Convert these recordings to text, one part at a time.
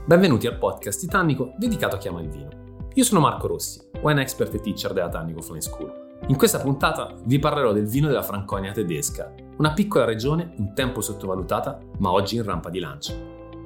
Benvenuti al podcast Titanico dedicato a chi ama il vino. Io sono Marco Rossi, wine expert e teacher della Tannico Flying School. In questa puntata vi parlerò del vino della Franconia tedesca, una piccola regione un tempo sottovalutata ma oggi in rampa di lancio.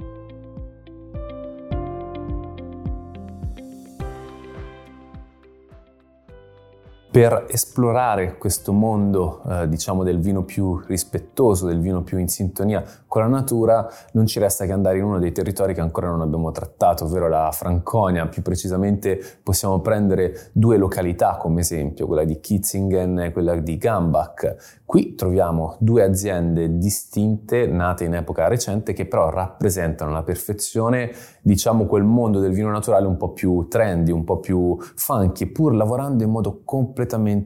Per esplorare questo mondo, del vino più rispettoso, del vino più in sintonia con la natura, non ci resta che andare in uno dei territori che ancora non abbiamo trattato, ovvero la Franconia. Più precisamente possiamo prendere due località come esempio, quella di Kitzingen e quella di Gambach. Qui troviamo due aziende distinte, nate in epoca recente, che però rappresentano alla perfezione, quel mondo del vino naturale un po' più trendy, un po' più funky, pur lavorando in modo completamente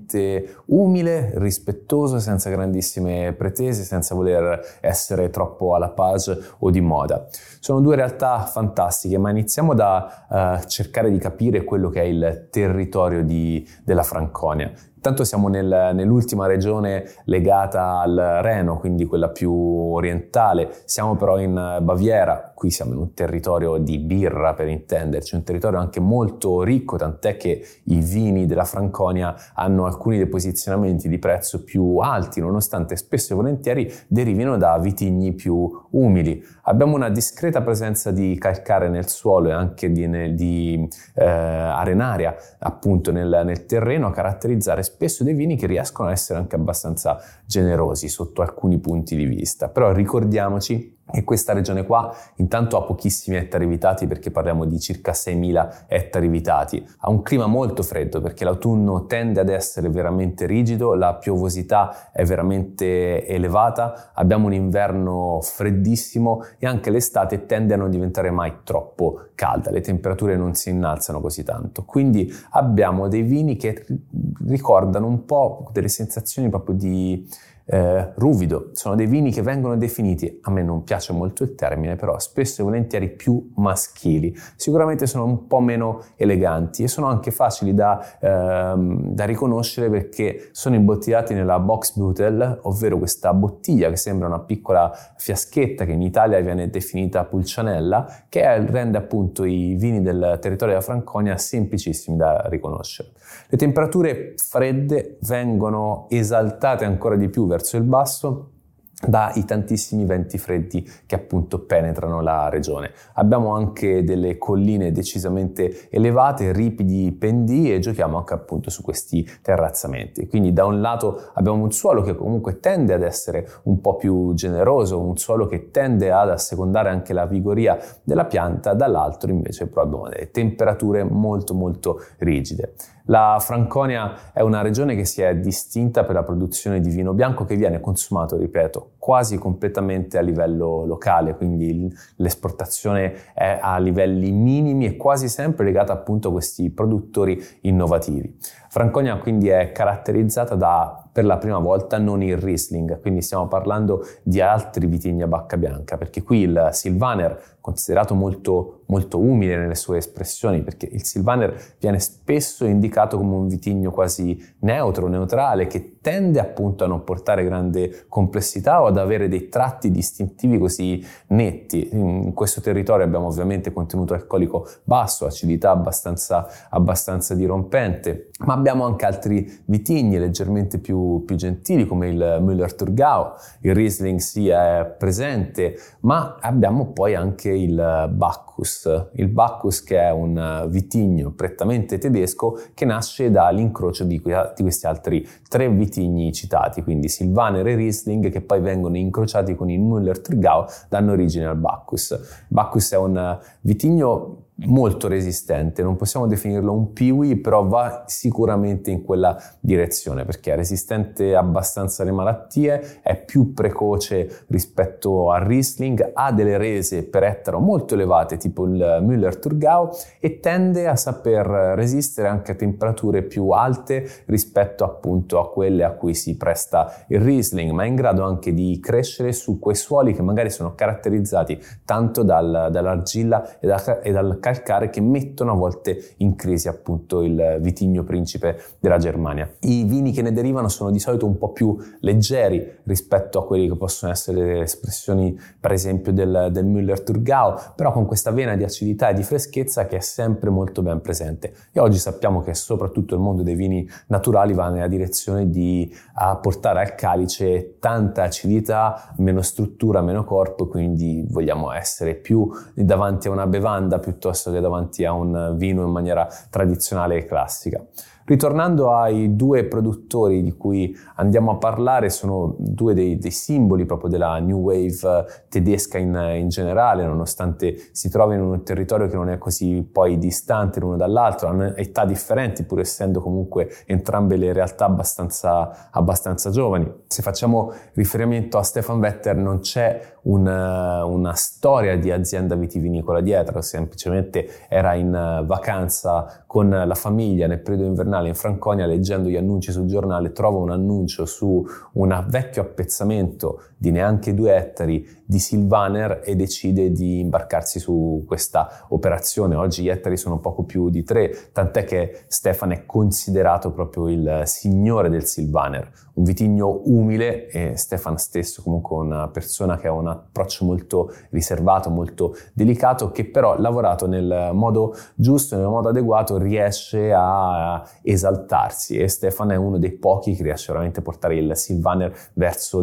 umile, rispettoso, senza grandissime pretese, senza voler essere troppo alla page o di moda. Sono due realtà fantastiche, ma iniziamo da cercare di capire quello che è il territorio della Franconia. Intanto siamo nell'ultima regione legata al Reno, quindi quella più orientale. Siamo però in Baviera, qui siamo in un territorio di birra per intenderci, un territorio anche molto ricco, tant'è che i vini della Franconia hanno alcuni dei posizionamenti di prezzo più alti, nonostante spesso e volentieri derivino da vitigni più umili. Abbiamo una discreta presenza di calcare nel suolo e anche di arenaria appunto nel terreno a caratterizzare spesso dei vini che riescono a essere anche abbastanza generosi sotto alcuni punti di vista. Però ricordiamoci che questa regione qua intanto ha pochissimi ettari vitati, perché parliamo di circa 6.000 ettari vitati. Ha un clima molto freddo perché l'autunno tende ad essere veramente rigido, la piovosità è veramente elevata, abbiamo un inverno freddissimo e anche l'estate tende a non diventare mai troppo calda, le temperature non si innalzano così tanto. Quindi abbiamo dei vini che ricordano un po' delle sensazioni proprio di ruvido. Sono dei vini che vengono definiti, a me non piace molto il termine, però spesso e volentieri più maschili. Sicuramente sono un po' meno eleganti e sono anche facili da riconoscere perché sono imbottigliati nella Boxbeutel, ovvero questa bottiglia che sembra una piccola fiaschetta che in Italia viene definita pulcianella, che rende appunto i vini del territorio della Franconia semplicissimi da riconoscere. Le temperature fredde vengono esaltate ancora di più verso il basso dai tantissimi venti freddi che appunto penetrano la regione. Abbiamo anche delle colline decisamente elevate, ripidi pendii e giochiamo anche appunto su questi terrazzamenti. Quindi da un lato abbiamo un suolo che comunque tende ad essere un po' più generoso, un suolo che tende ad assecondare anche la vigoria della pianta, dall'altro invece però abbiamo delle temperature molto molto rigide. La Franconia è una regione che si è distinta per la produzione di vino bianco che viene consumato, ripeto, quasi completamente a livello locale, quindi l'esportazione è a livelli minimi e quasi sempre legata appunto a questi produttori innovativi. Franconia quindi è caratterizzata per la prima volta non il Riesling, quindi stiamo parlando di altri vitigni a bacca bianca, perché qui il Sylvaner, considerato molto, molto umile nelle sue espressioni, perché il Sylvaner viene spesso indicato come un vitigno quasi neutro, neutrale, che tende appunto a non portare grande complessità o ad avere dei tratti distintivi così netti. In questo territorio abbiamo ovviamente contenuto alcolico basso, acidità abbastanza dirompente, ma abbiamo anche altri vitigni leggermente più gentili come il Müller-Thurgau. Il Riesling sì è presente, ma abbiamo poi anche il Bacchus che è un vitigno prettamente tedesco che nasce dall'incrocio di questi altri tre vitigni citati, quindi Sylvaner e Riesling, che poi vengono incrociati con il Müller-Thurgau, danno origine al Bacchus. Bacchus è un vitigno molto resistente, non possiamo definirlo un Piwi, però va sicuramente in quella direzione perché è resistente abbastanza alle malattie, è più precoce rispetto al Riesling, ha delle rese per ettaro molto elevate tipo il Müller-Thurgau e tende a saper resistere anche a temperature più alte rispetto appunto a quelle a cui si presta il Riesling, ma è in grado anche di crescere su quei suoli che magari sono caratterizzati tanto dall'argilla e dal calcare che mettono a volte in crisi appunto il vitigno principe della Germania. I vini che ne derivano sono di solito un po' più leggeri rispetto a quelli che possono essere le espressioni per esempio del Müller-Thurgau, però con questa vena di acidità e di freschezza che è sempre molto ben presente. E oggi sappiamo che soprattutto il mondo dei vini naturali va nella direzione di portare al calice tanta acidità, meno struttura, meno corpo, quindi vogliamo essere più davanti a una bevanda piuttosto che davanti a un vino in maniera tradizionale e classica. Ritornando ai due produttori di cui andiamo a parlare, sono due dei simboli proprio della New Wave tedesca in generale, nonostante si trovino in un territorio che non è così poi distante l'uno dall'altro, hanno età differenti pur essendo comunque entrambe le realtà abbastanza giovani. Se facciamo riferimento a Stefan Vetter non c'è una storia di azienda vitivinicola dietro, semplicemente era in vacanza con la famiglia nel periodo invernale in Franconia, leggendo gli annunci sul giornale, trova un annuncio su un vecchio appezzamento di neanche 2 ettari di Sylvaner e decide di imbarcarsi su questa operazione. Oggi gli ettari sono poco più di 3, tant'è che Stefan è considerato proprio il signore del Sylvaner, un vitigno umile, e Stefan stesso comunque una persona che ha un approccio molto riservato, molto delicato, che però lavorato nel modo giusto, nel modo adeguato, riesce a esaltarsi, e Stefan è uno dei pochi che riesce veramente a portare il Sylvaner verso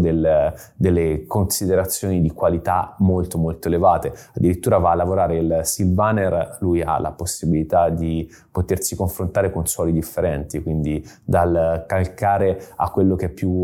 delle considerazioni di qualità molto molto elevate. Addirittura va a lavorare il Sylvaner, lui ha la possibilità di potersi confrontare con suoli differenti, quindi dal calcare a quello che è più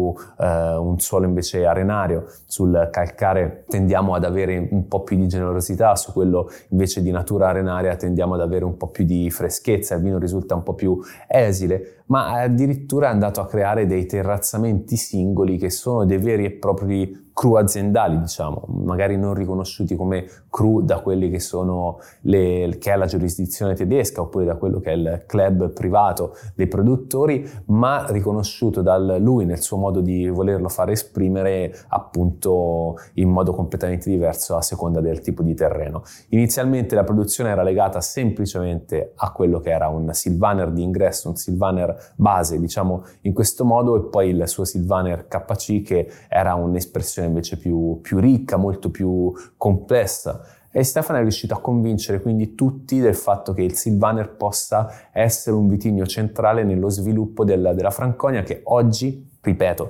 un suolo invece arenario. Sul calcare tendiamo ad avere un po' più di generosità, su quello invece di natura arenaria tendiamo ad avere un po' più di freschezza, il vino risulta un po' più esile, ma addirittura è andato a creare dei terrazzamenti singoli che sono dei veri e propri cru aziendali, diciamo, magari non riconosciuti come cru da quelli che sono che è la giurisdizione tedesca oppure da quello che è il club privato dei produttori, ma riconosciuto da lui nel suo modo di volerlo fare esprimere appunto in modo completamente diverso a seconda del tipo di terreno. Inizialmente la produzione era legata semplicemente a quello che era un Sylvaner di ingresso, un Sylvaner base, diciamo in questo modo, e poi il suo Sylvaner KC che era un'espressione invece più ricca, molto più complessa. E Stefano è riuscito a convincere quindi tutti del fatto che il Sylvaner possa essere un vitigno centrale nello sviluppo della Franconia, che oggi, ripeto,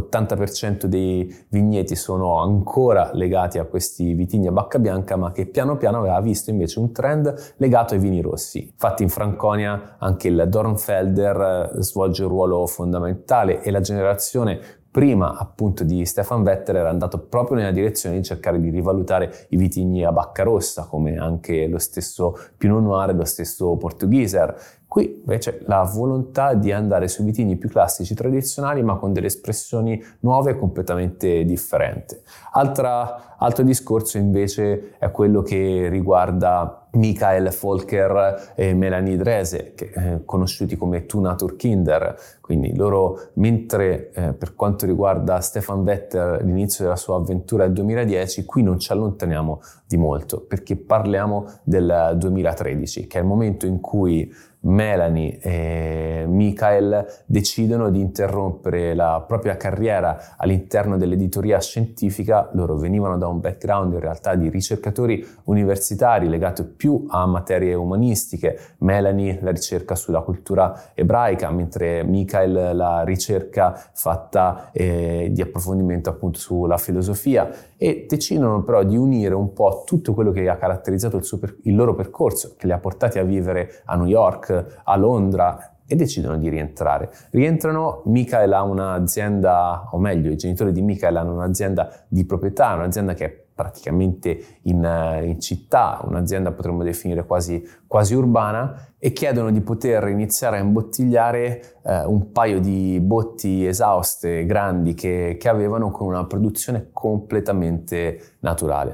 80% dei vigneti sono ancora legati a questi vitigni a bacca bianca, ma che piano piano aveva visto invece un trend legato ai vini rossi. Infatti in Franconia anche il Dornfelder svolge un ruolo fondamentale, e la generazione prima appunto di Stefan Vetter era andato proprio nella direzione di cercare di rivalutare i vitigni a bacca rossa, come anche lo stesso Pinot Noir e lo stesso Portugieser. Qui invece la volontà di andare sui vitigni più classici tradizionali, ma con delle espressioni nuove e completamente differenti. Altro discorso invece è quello che riguarda Michael Volker e Melanie Drese, che, conosciuti come Two Naturkinder. Quindi loro, mentre per quanto riguarda Stefan Vetter l'inizio della sua avventura è il 2010, qui non ci allontaniamo di molto, perché parliamo del 2013, che è il momento in cui Melanie e Michael decidono di interrompere la propria carriera all'interno dell'editoria scientifica. Loro venivano da un background in realtà di ricercatori universitari legato più a materie umanistiche, Melanie la ricerca sulla cultura ebraica, mentre Michael la ricerca fatta di approfondimento appunto sulla filosofia, e decidono però di unire un po' tutto quello che ha caratterizzato il loro percorso, che li ha portati a vivere a New York, a Londra, e decidono di rientrare. Rientrano, Michael ha un'azienda, o meglio i genitori di Michael hanno un'azienda di proprietà, un'azienda che è praticamente in città, un'azienda potremmo definire quasi urbana, e chiedono di poter iniziare a imbottigliare un paio di botti esauste grandi che avevano, con una produzione completamente naturale.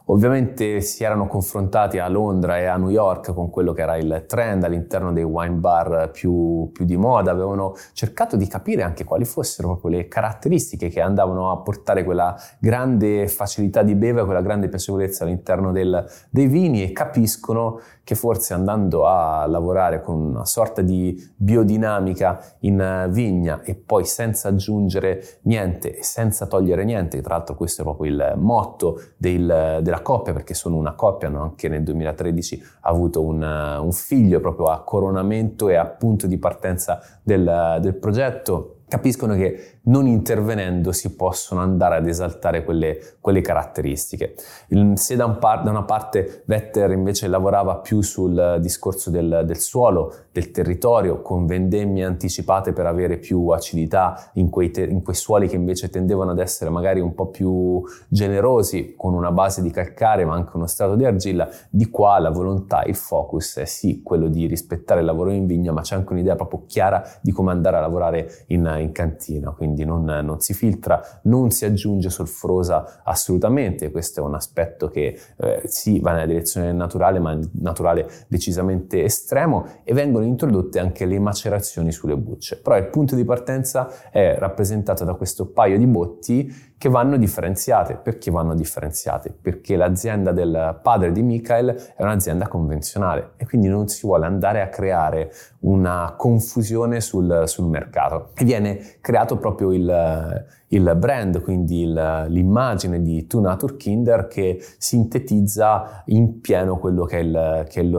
Ovviamente si erano confrontati a Londra e a New York con quello che era il trend all'interno dei wine bar più di moda, avevano cercato di capire anche quali fossero proprio le caratteristiche che andavano a portare quella grande facilità di bere, quella grande piacevolezza all'interno dei vini, e capiscono che forse andando a lavorare con una sorta di biodinamica in vigna e poi senza aggiungere niente e senza togliere niente, tra l'altro questo è proprio il motto della coppia, perché sono una coppia, hanno anche nel 2013 avuto un figlio proprio a coronamento e a punto di partenza del progetto, capiscono che non intervenendo si possono andare ad esaltare quelle caratteristiche. Se da una parte Vetter invece lavorava più sul discorso del suolo, del territorio, con vendemmie anticipate per avere più acidità in quei suoli che invece tendevano ad essere magari un po' più generosi, con una base di calcare ma anche uno strato di argilla, di qua la volontà, il focus è sì quello di rispettare il lavoro in vigna, ma c'è anche un'idea proprio chiara di come andare a lavorare in cantina, quindi non si filtra, non si aggiunge solforosa assolutamente. Questo è un aspetto che sì va nella direzione naturale, ma naturale decisamente estremo, e vengono introdotte anche le macerazioni sulle bucce. Però il punto di partenza è rappresentato da questo paio di botti che vanno differenziate. Perché vanno differenziate? Perché l'azienda del padre di Michael è un'azienda convenzionale e quindi non si vuole andare a creare una confusione sul mercato, e viene creato proprio il brand, quindi l'immagine di Two Natured Kinder, che sintetizza in pieno quello che è il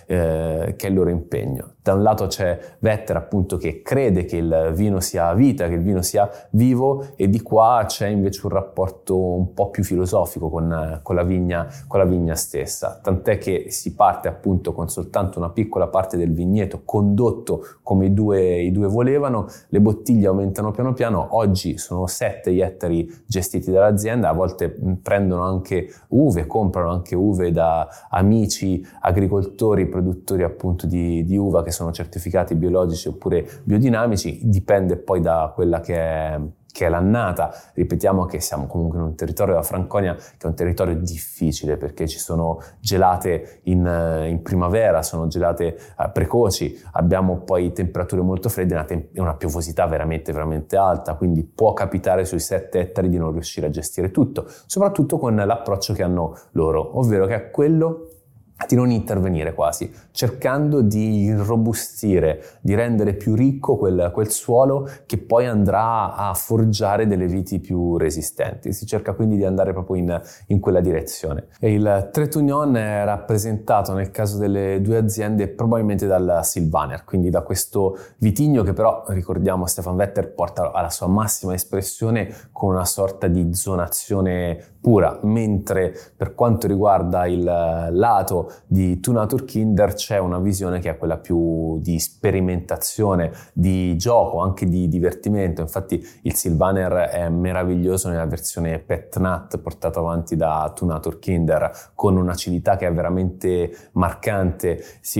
loro impegno. Da un lato c'è Vetter appunto che crede che il vino sia vita, che il vino sia vivo, e di qua c'è invece un rapporto un po' più filosofico con la vigna stessa, tant'è che si parte appunto con soltanto una piccola parte del vigneto condotto come i due volevano. Le bottiglie aumentano piano piano, oggi sono 7 gli ettari gestiti dall'azienda, a volte prendono anche uve, comprano anche uve da amici agricoltori, produttori appunto di uva che sono certificati biologici oppure biodinamici, dipende poi da quella che è l'annata. Ripetiamo che siamo comunque in un territorio della Franconia che è un territorio difficile, perché ci sono gelate in primavera, sono gelate precoci, abbiamo poi temperature molto fredde e una piovosità veramente veramente alta, quindi può capitare sui 7 ettari di non riuscire a gestire tutto, soprattutto con l'approccio che hanno loro, ovvero che è quello di non intervenire quasi, cercando di irrobustire, di rendere più ricco quel suolo che poi andrà a forgiare delle viti più resistenti. Si cerca quindi di andare proprio in quella direzione. E il Trait Union è rappresentato nel caso delle due aziende probabilmente dal Sylvaner, quindi da questo vitigno che però, ricordiamo, Stefan Vetter porta alla sua massima espressione con una sorta di zonazione pura, mentre per quanto riguarda il lato di Two Natured Kinder c'è una visione che è quella più di sperimentazione, di gioco, anche di divertimento. Infatti il Sylvaner è meraviglioso nella versione Pet Nat portata avanti da Two Natured Kinder, con un'acidità che è veramente marcante.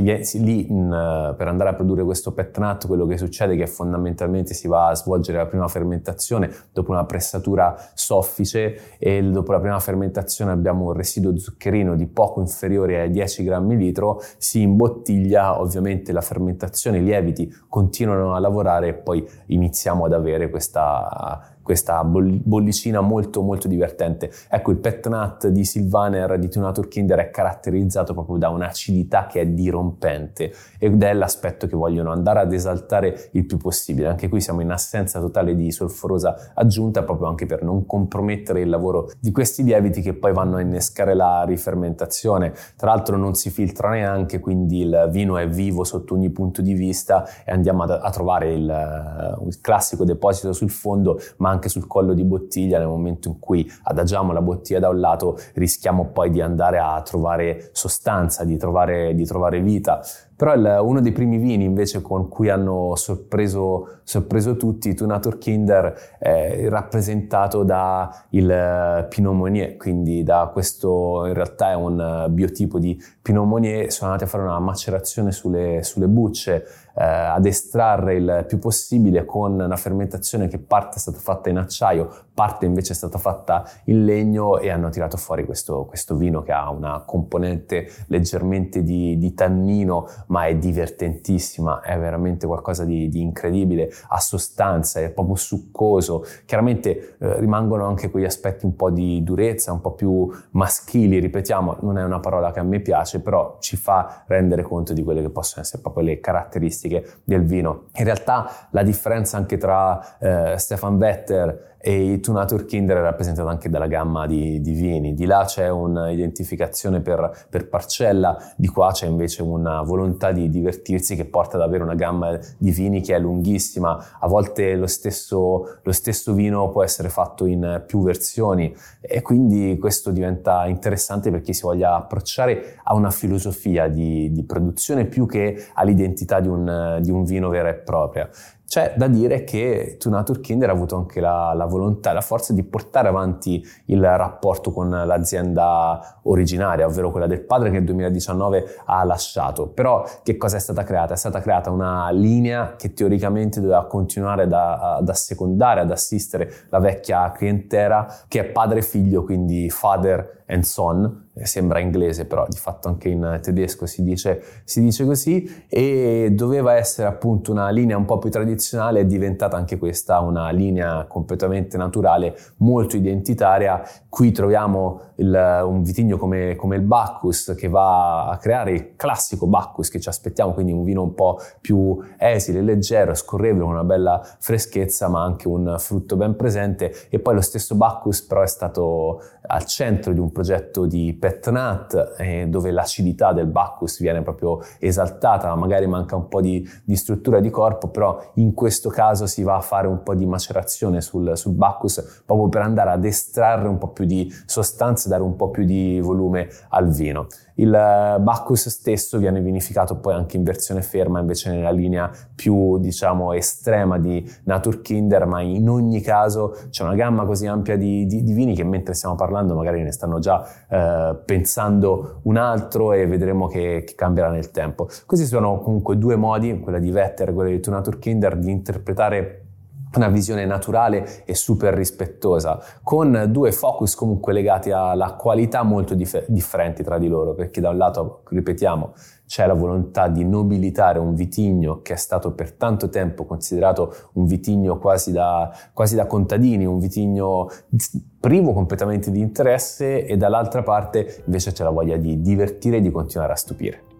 Per andare a produrre questo Pet Nat quello che succede è che fondamentalmente si va a svolgere la prima fermentazione dopo una pressatura soffice, e dopo la prima fermentazione abbiamo un residuo zuccherino di poco inferiore ai 10 grammi litro, si imbottiglia, ovviamente la fermentazione, i lieviti continuano a lavorare e poi iniziamo ad avere questa bollicina molto molto divertente. Ecco, il Pet Nat di Sylvaner di Two Natured Kinder è caratterizzato proprio da un'acidità che è dirompente, ed è l'aspetto che vogliono andare ad esaltare il più possibile. Anche qui siamo in assenza totale di solforosa aggiunta, proprio anche per non compromettere il lavoro di questi lieviti che poi vanno a innescare la rifermentazione. Tra l'altro non si filtra neanche, quindi il vino è vivo sotto ogni punto di vista, e andiamo a trovare il classico deposito sul fondo, ma anche sul collo di bottiglia. Nel momento in cui adagiamo la bottiglia da un lato rischiamo poi di andare a trovare sostanza, di trovare vita. Però uno dei primi vini invece con cui hanno sorpreso tutti, Two Natured Kinder, è rappresentato da il Pinot Meunier, quindi da questo, in realtà è un biotipo di Pinot Meunier. Sono andati a fare una macerazione sulle bucce, ad estrarre il più possibile con una fermentazione che parte è stata fatta fatta in acciaio, parte invece è stata fatta in legno, e hanno tirato fuori questo vino che ha una componente leggermente di tannino, ma è divertentissima, è veramente qualcosa di incredibile, ha sostanza, è proprio succoso. Chiaramente rimangono anche quegli aspetti un po' di durezza, un po' più maschili, ripetiamo, non è una parola che a me piace, però ci fa rendere conto di quelle che possono essere proprio le caratteristiche del vino. In realtà la differenza anche tra Stefan Vetter e i Two Natur Kinder è rappresentata anche dalla gamma di vini. Di là c'è un'identificazione per parcella, di qua c'è invece una volontà di divertirsi che porta ad avere una gamma di vini che è lunghissima. A volte lo stesso vino può essere fatto in più versioni, e quindi questo diventa interessante per chi si voglia approcciare a una filosofia di produzione più che all'identità di un vino vera e propria. C'è da dire che Two Natur Kinder ha avuto anche la volontà e la forza di portare avanti il rapporto con l'azienda originaria, ovvero quella del padre, che nel 2019 ha lasciato. Però che cosa è stata creata? È stata creata una linea che teoricamente doveva continuare ad assecondare, ad assistere la vecchia clientela, che è padre e figlio, quindi father and son. Sembra inglese, però di fatto anche in tedesco si dice così, e doveva essere appunto una linea un po' più tradizionale. È diventata anche questa una linea completamente naturale, molto identitaria. Qui troviamo un vitigno come il Bacchus, che va a creare il classico Bacchus che ci aspettiamo, quindi un vino un po' più esile, leggero, scorrevole, con una bella freschezza, ma anche un frutto ben presente. E poi lo stesso Bacchus però è stato al centro di un progetto di Pet Nat, dove l'acidità del Bacchus viene proprio esaltata, magari manca un po' di struttura di corpo, però in questo caso si va a fare un po' di macerazione sul Bacchus, proprio per andare ad estrarre un po' più di sostanza, dare un po' più di volume al vino. Il Bacchus stesso viene vinificato poi anche in versione ferma, invece nella linea più, diciamo, estrema di Natur Kinder, ma in ogni caso c'è una gamma così ampia di vini che mentre stiamo parlando magari ne stanno già pensando un altro, e vedremo che cambierà nel tempo. Questi sono comunque due modi, quella di Vetter e quella di Two Natur Kinder, di interpretare una visione naturale e super rispettosa, con due focus comunque legati alla qualità molto differenti tra di loro, perché da un lato, ripetiamo, c'è la volontà di nobilitare un vitigno che è stato per tanto tempo considerato un vitigno quasi da contadini, un vitigno privo completamente di interesse, e dall'altra parte invece c'è la voglia di divertire e di continuare a stupire.